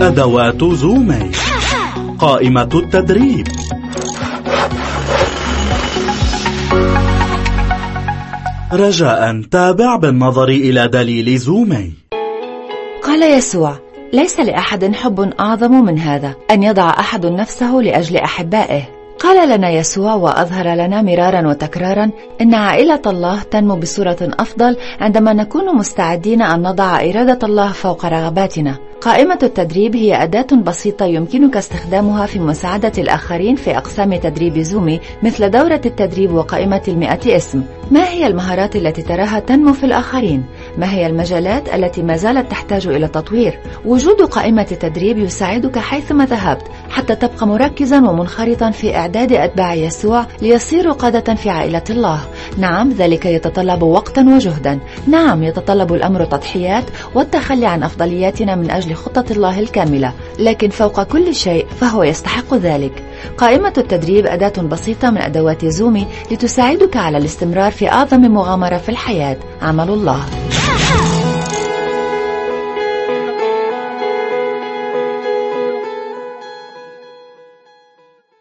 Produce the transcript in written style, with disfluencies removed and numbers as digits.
أدوات زومي. قائمة التدريب. رجاء تابع بالنظر إلى دليل زومي. قال يسوع: ليس لأحد حب أعظم من هذا، أن يضع أحد نفسه لأجل أحبائه. قال لنا يسوع وأظهر لنا مرارا وتكرارا أن عائلة الله تنمو بصورة أفضل عندما نكون مستعدين أن نضع إرادة الله فوق رغباتنا. قائمة التدريب هي أداة بسيطة يمكنك استخدامها في مساعدة الآخرين في أقسام تدريب زومي، مثل دورة التدريب وقائمة 100 اسم. ما هي المهارات التي تراها تنمو في الآخرين؟ ما هي المجالات التي ما زالت تحتاج إلى تطوير؟ وجود قائمة التدريب يساعدك حيثما ذهبت حتى تبقى مركزا ومنخرطا في إعداد أتباع يسوع ليصيروا قادة في عائلة الله. نعم، ذلك يتطلب وقتا وجهدا. نعم، يتطلب الأمر تضحيات والتخلي عن أفضلياتنا من أجل خطة الله الكاملة، لكن فوق كل شيء فهو يستحق ذلك. قائمة التدريب أداة بسيطة من أدوات زومي لتساعدك على الاستمرار في أعظم مغامرة في الحياة، عمل الله.